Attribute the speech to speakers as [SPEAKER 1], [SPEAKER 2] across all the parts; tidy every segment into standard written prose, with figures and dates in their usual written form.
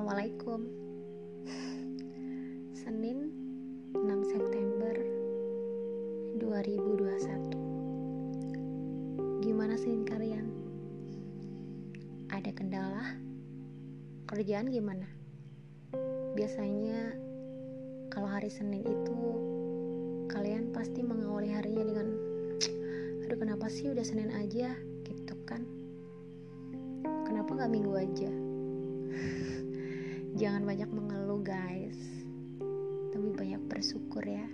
[SPEAKER 1] Assalamualaikum. Senin 6 September 2021. Gimana Senin kalian? Ada kendala? Kerjaan gimana? Biasanya kalau hari Senin itu kalian pasti mengawali harinya dengan aduh kenapa sih udah Senin aja gitu kan? Kenapa gak Minggu aja? Jangan banyak mengeluh guys, lebih banyak bersyukur ya.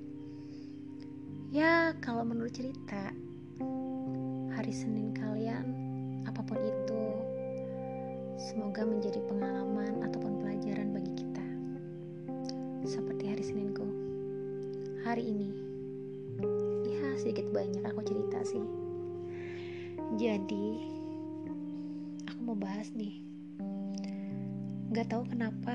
[SPEAKER 1] Ya kalau menurut cerita, hari Senin kalian apapun itu semoga menjadi pengalaman ataupun pelajaran bagi kita. Seperti hari Seninku hari ini, ya sedikit banyak aku cerita sih. Jadi aku mau bahas nih, Gak tahu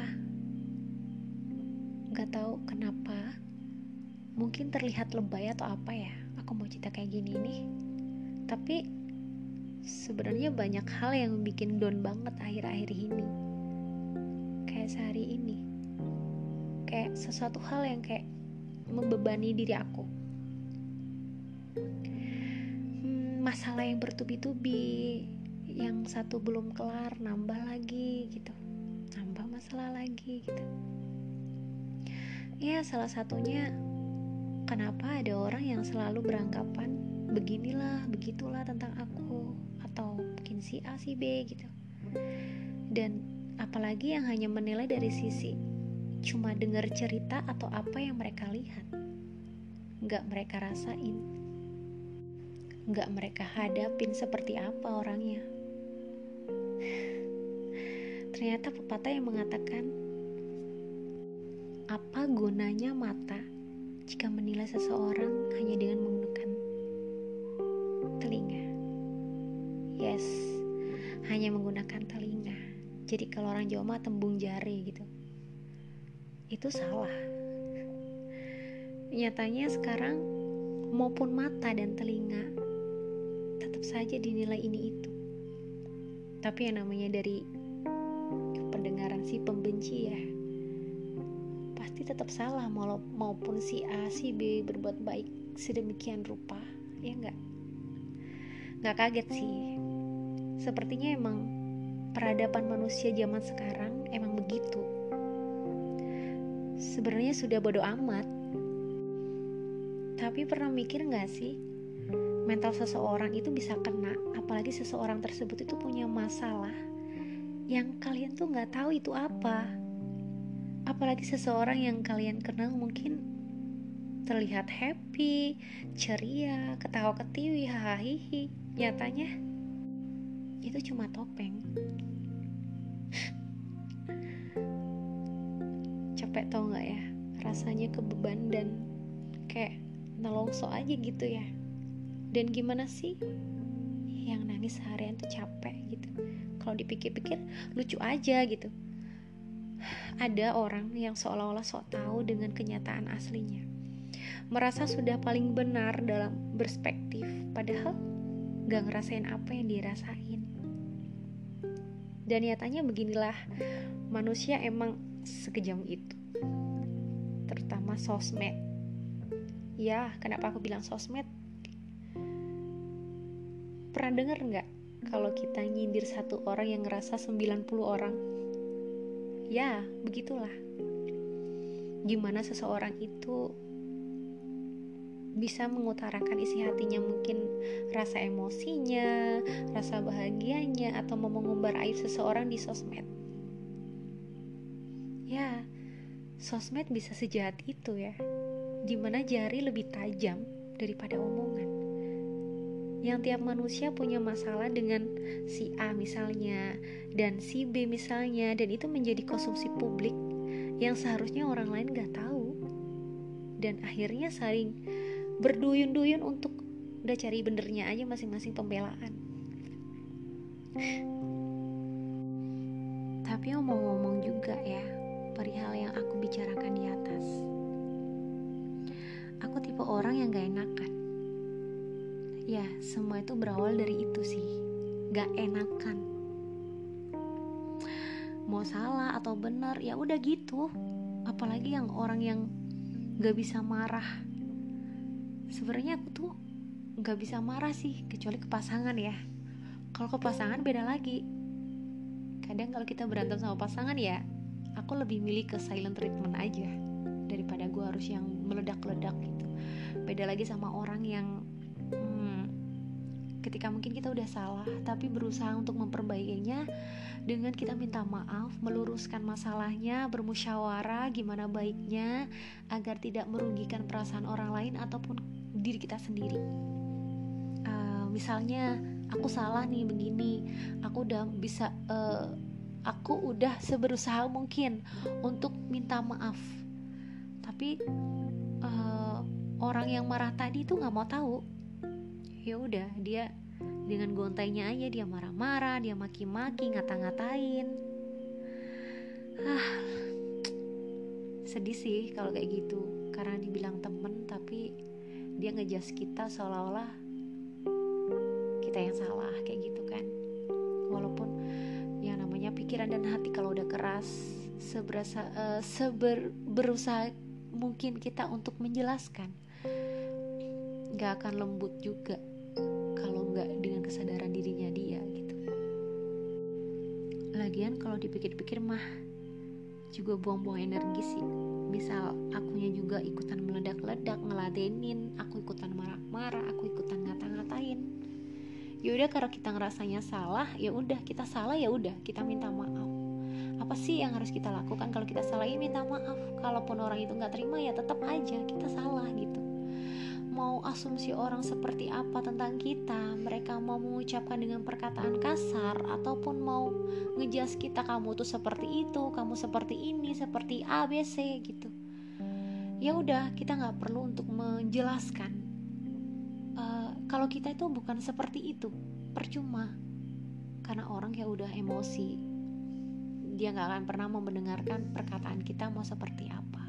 [SPEAKER 1] kenapa, mungkin terlihat lebay atau apa ya, aku mau cerita kayak gini nih. Tapi sebenarnya banyak hal yang bikin down banget akhir-akhir ini. Kayak sehari ini, kayak sesuatu hal yang kayak membebani diri aku. Masalah yang bertubi-tubi, yang satu belum kelar, nambah lagi gitu. Nambah masalah lagi gitu. Ya salah satunya kenapa ada orang yang selalu beranggapan beginilah, begitulah tentang aku, atau mungkin si A, si B gitu. Dan apalagi yang hanya menilai dari sisi cuma dengar cerita atau apa yang mereka lihat, gak mereka rasain, gak mereka hadapin seperti apa orangnya. Ternyata pepatah yang mengatakan, apa gunanya mata jika menilai seseorang hanya dengan menggunakan telinga? Yes, hanya menggunakan telinga. Jadi kalau orang Jawa mah tembung jari gitu. Itu salah. Nyatanya sekarang maupun mata dan telinga tetap saja dinilai ini itu. Tapi yang namanya dari pendengaran si pembenci ya, pasti tetap salah maupun si A, si B berbuat baik sedemikian rupa, ya enggak kaget sih. Sepertinya emang peradaban manusia zaman sekarang emang begitu. Sebenarnya sudah bodo amat. Tapi pernah mikir gak sih, mental seseorang itu bisa kena, apalagi seseorang tersebut itu punya masalah yang kalian tuh gak tahu itu apa. Apalagi seseorang yang kalian kenal mungkin terlihat happy, ceria, ketawa ketiwi, hahaha. Nyatanya itu cuma topeng. Capek tau gak ya, rasanya kebeban dan kayak nelongso aja gitu ya. Dan gimana sih, yang nangis seharian tuh capek gitu. Kalau dipikir-pikir lucu aja gitu. Ada orang yang seolah-olah sok tahu dengan kenyataan aslinya, merasa sudah paling benar dalam perspektif, padahal gak ngerasain apa yang dirasain. Dan nyatanya beginilah, manusia emang sekejam itu. Terutama sosmed. Ya, kenapa aku bilang sosmed? Pernah dengar gak kalau kita nyindir satu orang yang ngerasa 90 orang? Ya, begitulah. Gimana seseorang itu bisa mengutarakan isi hatinya, mungkin rasa emosinya, rasa bahagianya, atau mau mengumbar aib seseorang di sosmed. Ya, sosmed bisa sejahat itu ya. Dimana jari lebih tajam daripada omongan. Yang tiap manusia punya masalah dengan si A misalnya, dan si B misalnya, dan itu menjadi konsumsi publik yang seharusnya orang lain gak tahu. Dan akhirnya saling berduyun-duyun untuk udah cari benernya aja masing-masing pembelaan. Tapi mau ngomong juga ya, perihal yang aku bicarakan di atas. Aku tipe orang yang gak enakan. Ya, semua itu berawal dari itu sih, gak enakan. mau salah atau benar ya udah gitu. Apalagi yang orang yang gak bisa marah. Sebenarnya aku tuh gak bisa marah sih, kecuali ke pasangan ya. Kalau ke pasangan beda lagi. Kadang kalau kita berantem sama pasangan ya, aku lebih milih ke silent treatment aja daripada gue harus yang meledak-ledak gitu. Beda lagi sama orang yang ketika mungkin kita udah salah tapi berusaha untuk memperbaikinya dengan kita minta maaf, meluruskan masalahnya, bermusyawarah gimana baiknya agar tidak merugikan perasaan orang lain ataupun diri kita sendiri. Misalnya aku salah nih begini, aku udah seberusaha mungkin untuk minta maaf, tapi orang yang marah tadi tuh nggak mau tahu. Ya udah, dia dengan gontainya aja dia marah-marah, dia maki-maki, ngata-ngatain. Sedih sih kalau kayak gitu, karena dibilang temen tapi dia ngejudge kita seolah-olah kita yang salah kayak gitu kan. Walaupun yang namanya pikiran dan hati kalau udah keras, berusaha mungkin kita untuk menjelaskan, gak akan lembut juga kalau gak dengan kesadaran dirinya dia gitu. Lagian kalau dipikir-pikir mah juga buang-buang energi sih. Misal akunya juga ikutan meledak-ledak, ngeladenin, aku ikutan marah-marah, aku ikutan ngata-ngatain. Ya udah, kalau kita ngerasanya salah, ya udah kita salah, ya udah kita minta maaf. Apa sih yang harus kita lakukan kalau kita salah? Ya minta maaf. Kalaupun orang itu nggak terima ya tetap aja kita salah gitu. Mau asumsi orang seperti apa tentang kita, mereka mau mengucapkan dengan perkataan kasar ataupun mau ngejudge kita, kamu tuh seperti itu, kamu seperti ini, seperti A, B, C gitu. Ya udah, kita nggak perlu untuk menjelaskan. Kalau kita itu bukan seperti itu, percuma. Karena orang yang udah emosi, dia nggak akan pernah mau mendengarkan perkataan kita mau seperti apa.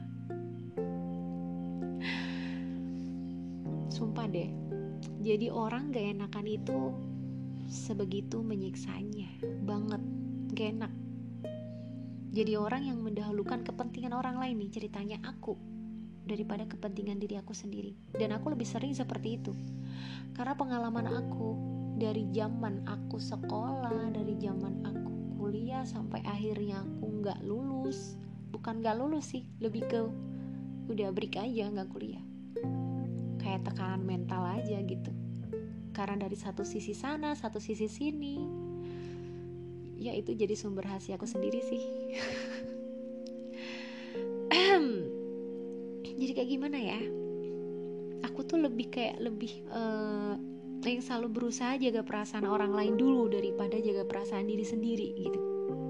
[SPEAKER 1] Sumpah deh, jadi orang gak enakan itu sebegitu menyiksanya banget, gak enak. Jadi orang yang mendahulukan kepentingan orang lain nih, ceritanya aku, daripada kepentingan diri aku sendiri. Dan aku lebih sering seperti itu, karena pengalaman aku dari zaman aku sekolah, dari zaman aku kuliah sampai akhirnya aku gak lulus. Bukan gak lulus sih, lebih ke udah break aja, gak kuliah. Kayak tekanan mental aja gitu, karena dari satu sisi sana, satu sisi sini. Ya itu jadi sumber rahasia aku sendiri sih. Jadi kayak gimana ya, aku tuh lebih yang selalu berusaha jaga perasaan orang lain dulu daripada jaga perasaan diri sendiri gitu.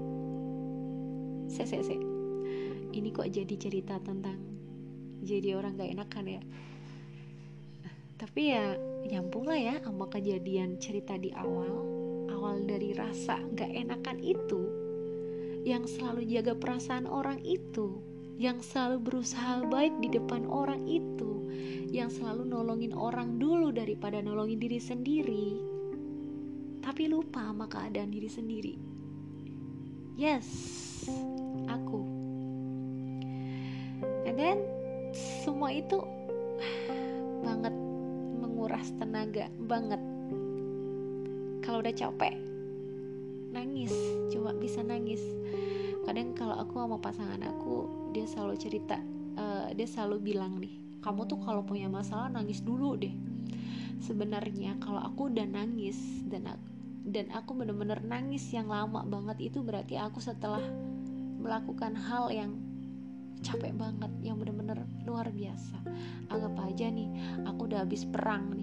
[SPEAKER 1] Ini kok jadi cerita tentang jadi orang gak enakan ya. Tapi ya nyambung lah ya sama kejadian cerita di awal dari rasa gak enakan itu, yang selalu jaga perasaan orang itu, yang selalu berusaha baik di depan orang itu, yang selalu nolongin orang dulu daripada nolongin diri sendiri, tapi lupa sama keadaan diri sendiri. Yes, aku. And then semua itu banget menguras tenaga banget. Kalau udah capek, nangis, cuma bisa nangis. Kadang kalau aku sama pasangan aku, dia selalu cerita, dia selalu bilang nih, kamu tuh kalau punya masalah nangis dulu deh. Sebenarnya kalau aku udah nangis dan aku bener-bener nangis yang lama banget, itu berarti aku setelah melakukan hal yang capek banget, yang bener-bener luar biasa. Anggap aja nih, aku udah habis perang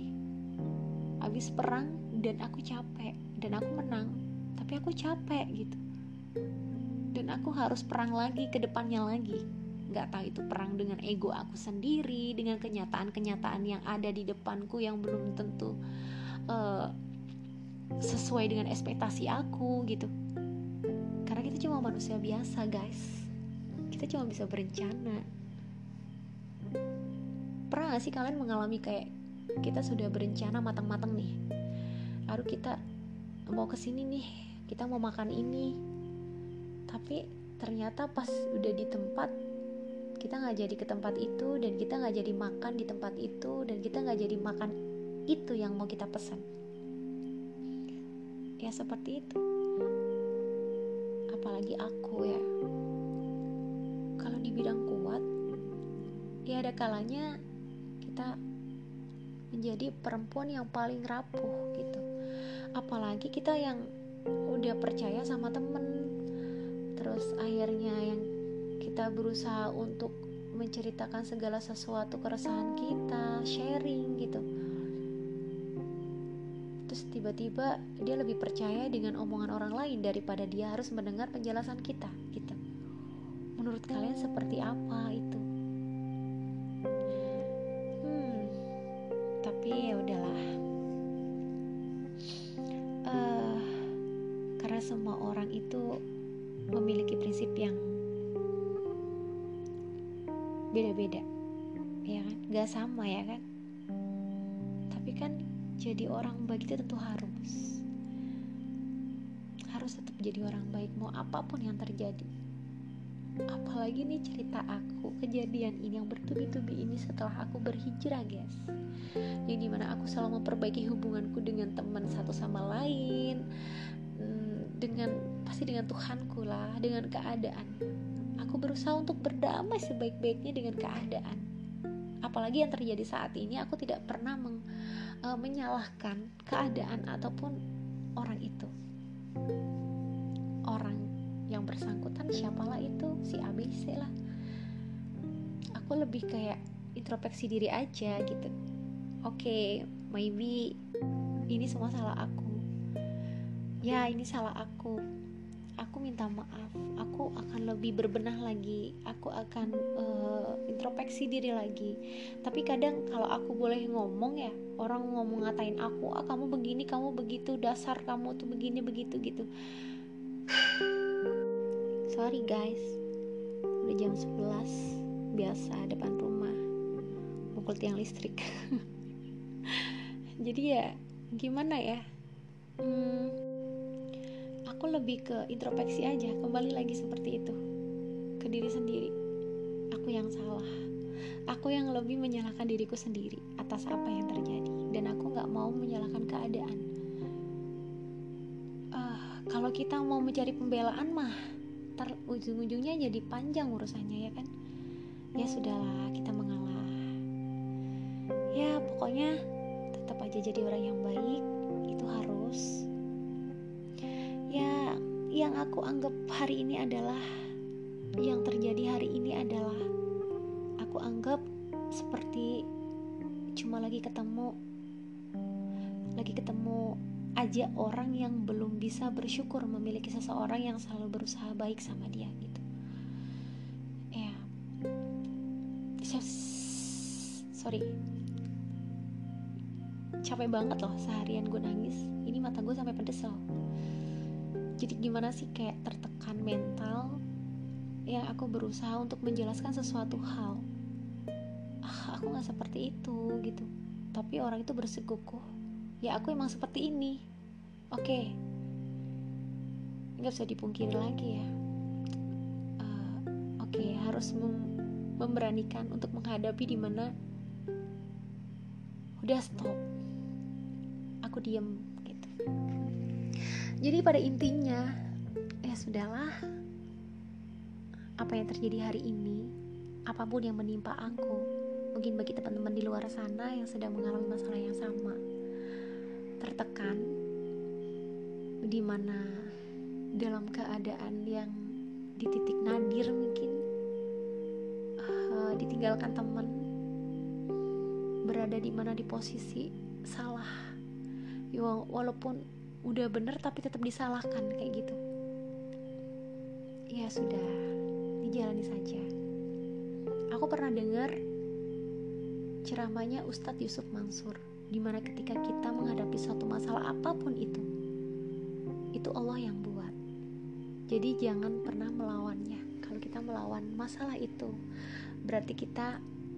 [SPEAKER 1] dan aku capek, dan aku menang, tapi aku capek gitu, dan aku harus perang lagi ke depannya lagi. Gak tahu itu perang dengan ego aku sendiri, dengan kenyataan-kenyataan yang ada di depanku yang belum tentu sesuai dengan ekspektasi aku gitu. Karena kita cuma manusia biasa guys, kita cuma bisa berencana. Pernah gak sih kalian mengalami kayak kita sudah berencana matang-matang nih, aduh kita mau kesini nih, kita mau makan ini, Tapi ternyata pas udah di tempat, kita nggak jadi ke tempat itu, dan kita nggak jadi makan di tempat itu, dan kita nggak jadi makan itu yang mau kita pesan. Ya seperti itu. Apalagi aku ya, kalau dibilang kuat, ya ada kalanya kita menjadi perempuan yang paling rapuh gitu. Apalagi kita yang udah percaya sama temen, terus akhirnya yang kita berusaha untuk menceritakan segala sesuatu keresahan kita, sharing gitu, terus tiba-tiba dia lebih percaya dengan omongan orang lain daripada dia harus mendengar penjelasan kita gitu. Menurut kalian seperti apa itu? Tapi ya udahlah. Karena semua orang itu memiliki prinsip yang beda-beda, ya kan? Gak sama ya kan? Tapi kan jadi orang baik itu tentu harus tetap jadi orang baik mau apapun yang terjadi. Apalagi nih cerita aku, kejadian ini yang bertubi-tubi ini setelah aku berhijrah guys, yang dimana aku selalu memperbaiki hubunganku dengan teman satu sama lain, pasti dengan Tuhanku lah, dengan keadaan. Aku berusaha untuk berdamai sebaik-baiknya dengan keadaan. Apalagi yang terjadi saat ini, aku tidak pernah menyalahkan keadaan ataupun orang itu. Orang yang bersangkutan siapalah itu, si ABC lah. Aku lebih kayak introspeksi diri aja gitu. Oke, maybe ini semua salah aku. Ya, ini salah aku. Aku minta maaf. Aku akan lebih berbenah lagi. Aku akan introspeksi diri lagi. Tapi kadang kalau aku boleh ngomong ya, orang ngomong ngatain aku, kamu begini, kamu begitu, dasar kamu tuh begini begitu gitu. Sorry guys, udah jam 11, biasa depan rumah mukul tiang listrik. Jadi ya gimana ya, aku lebih ke introspeksi aja, kembali lagi seperti itu, ke diri sendiri. Aku yang salah, aku yang lebih menyalahkan diriku sendiri atas apa yang terjadi, dan aku gak mau menyalahkan keadaan. Kalau kita mau mencari pembelaan mah ujung-ujungnya jadi panjang urusannya ya kan. Ya sudahlah, kita mengalah. Ya pokoknya tetap aja jadi orang yang baik, itu harus. Ya yang aku anggap hari ini adalah, yang terjadi hari ini adalah, aku anggap seperti cuma lagi ketemu aja orang yang belum bisa bersyukur memiliki seseorang yang selalu berusaha baik sama dia gitu. Ya, sorry, capek banget loh seharian gue nangis. Ini mata gue sampai pedes loh. Jadi gimana sih, kayak tertekan mental. Yang aku berusaha untuk menjelaskan sesuatu hal, aku gak seperti itu gitu. Tapi orang itu bersikukuh, ya aku emang seperti ini. Oke, gak bisa dipungkiri lagi ya. Oke, harus memberanikan untuk menghadapi dimana udah stop, aku diem gitu. Jadi pada intinya ya sudahlah, apa yang terjadi hari ini, apapun yang menimpa aku, mungkin bagi teman-teman di luar sana yang sedang mengalami masalah yang sama, tertekan, dimana dalam keadaan yang di titik nadir mungkin, ditinggalkan teman, berada di mana di posisi salah, ya, walaupun udah bener tapi tetap disalahkan kayak gitu. Ya sudah, dijalani saja. Aku pernah dengar ceramahnya Ustadz Yusuf Mansur, dimana ketika kita menghadapi suatu masalah apapun itu Allah yang buat. Jadi jangan pernah melawannya. Kalau kita melawan masalah itu, berarti kita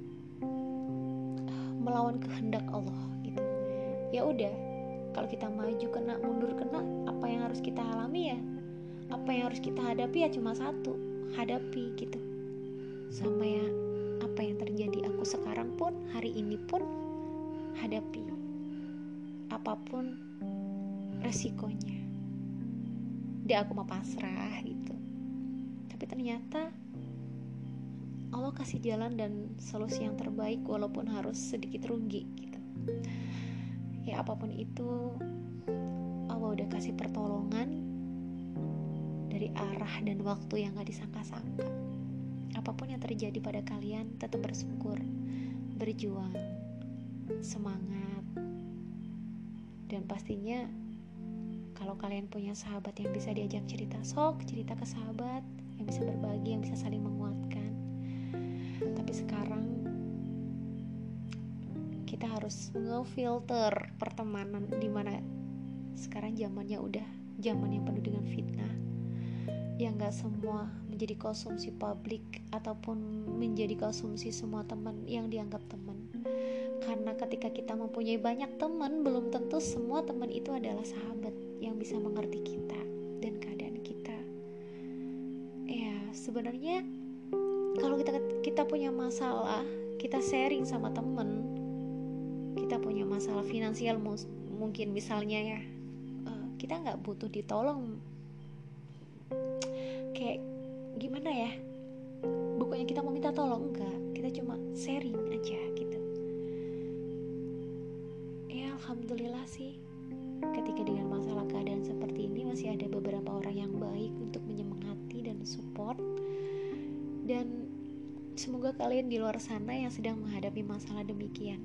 [SPEAKER 1] melawan kehendak Allah gitu. Ya udah, kalau kita maju kena, mundur kena, apa yang harus kita alami ya apa yang harus kita hadapi ya cuma satu, hadapi gitu. Sama ya apa yang terjadi aku sekarang pun, hari ini pun hadapi apapun resikonya. Dia aku mau pasrah gitu. Tapi ternyata Allah kasih jalan dan solusi yang terbaik walaupun harus sedikit rugi gitu. Ya apapun itu, Allah udah kasih pertolongan dari arah dan waktu yang gak disangka-sangka. Apapun yang terjadi pada kalian, tetap bersyukur, berjuang, semangat. Dan pastinya kalau kalian punya sahabat yang bisa diajak cerita, sok cerita ke sahabat, yang bisa berbagi, yang bisa saling menguatkan. Tapi sekarang kita harus ngefilter pertemanan, dimana sekarang zamannya udah zaman yang penuh dengan fitnah, yang gak semua menjadi konsumsi publik ataupun menjadi konsumsi semua teman yang dianggap teman. Karena ketika kita mempunyai banyak teman, belum tentu semua teman itu adalah sahabat yang bisa mengerti kita dan keadaan kita. Ya sebenarnya kalau kita punya masalah, kita sharing sama teman. Kita punya masalah finansial mungkin misalnya ya, kita nggak butuh ditolong. Kayak gimana ya, bukannya kita mau minta tolong, enggak, kita cuma sharing aja gitu. Ya alhamdulillah sih, ketika dengan masalah keadaan seperti ini masih ada beberapa orang yang baik untuk menyemangati dan support. Dan semoga kalian di luar sana yang sedang menghadapi masalah demikian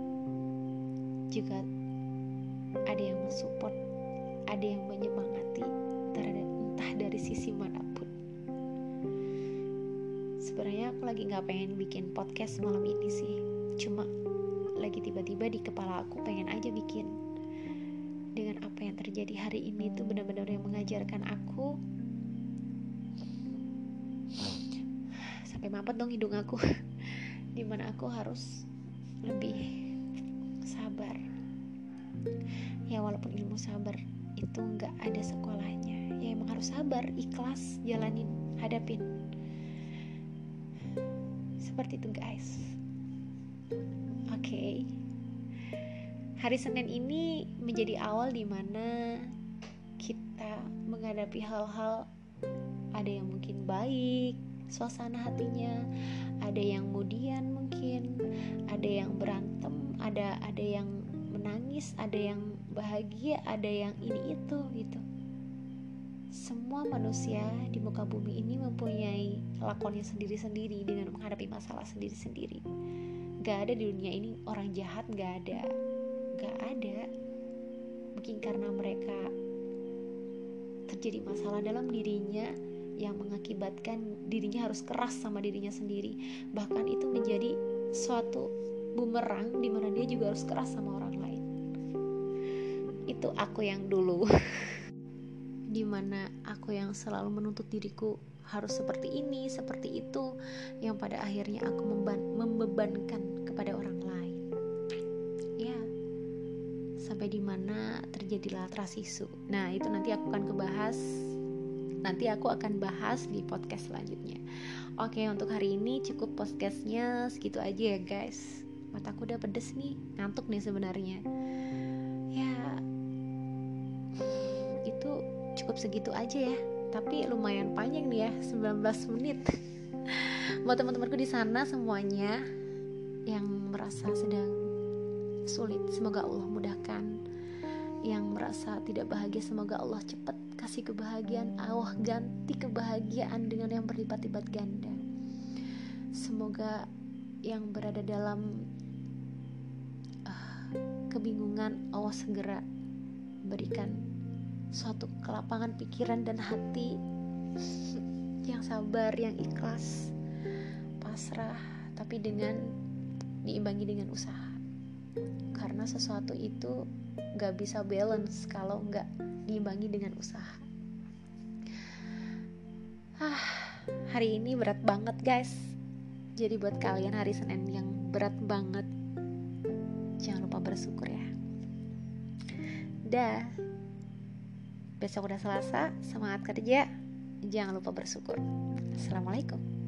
[SPEAKER 1] juga ada yang mensupport, ada yang menyemangati, entah dari sisi manapun. Sebenarnya aku lagi gak pengen bikin podcast malam ini sih, cuma lagi tiba-tiba di kepala aku pengen aja bikin. Dengan apa yang terjadi hari ini tuh benar-benar yang mengajarkan aku, sampai mampet dong hidung aku, dimana aku harus lebih sabar. Ya walaupun ilmu sabar itu gak ada sekolahnya, ya emang harus sabar, ikhlas, jalanin, hadapin. Seperti itu guys. Oke. Hari Senin ini menjadi awal dimana kita menghadapi hal-hal, ada yang mungkin baik suasana hatinya, ada yang kemudian mungkin, ada yang berantem, ada yang menangis, ada yang bahagia, ada yang ini itu gitu. Semua manusia di muka bumi ini mempunyai lakonnya sendiri-sendiri dengan menghadapi masalah sendiri-sendiri. Gak ada di dunia ini orang jahat, gak ada. Mungkin karena mereka terjadi masalah dalam dirinya yang mengakibatkan dirinya harus keras sama dirinya sendiri. Bahkan itu menjadi suatu bumerang di mana dia juga harus keras sama orang lain. Itu aku yang dulu. Dimana aku yang selalu menuntut diriku harus seperti ini, seperti itu, yang pada akhirnya aku membebankan kepada orang lain. Ya, sampai dimana terjadilah trust issue. Nah itu nanti aku akan bahas di podcast selanjutnya. Oke, untuk hari ini cukup podcastnya segitu aja ya guys. Mataku udah pedes nih, ngantuk nih sebenarnya. Ya itu cukup segitu aja ya, tapi lumayan panjang nih ya, 19 menit. Buat teman-temanku di sana semuanya yang merasa sedang sulit, semoga Allah mudahkan. Yang merasa tidak bahagia, semoga Allah cepat kasih kebahagiaan. Allah ganti kebahagiaan dengan yang berlipat-lipat ganda. Semoga yang berada dalam kebingungan, Allah segera berikan suatu kelapangan pikiran dan hati yang sabar, yang ikhlas, pasrah, tapi diimbangi dengan usaha. Karena sesuatu itu gak bisa balance kalau gak diimbangi dengan usaha. Hari ini berat banget guys. Jadi buat kalian hari Senin yang berat banget, jangan lupa bersyukur ya. Dah. Besok udah Selasa, semangat kerja, jangan lupa bersyukur. Assalamualaikum.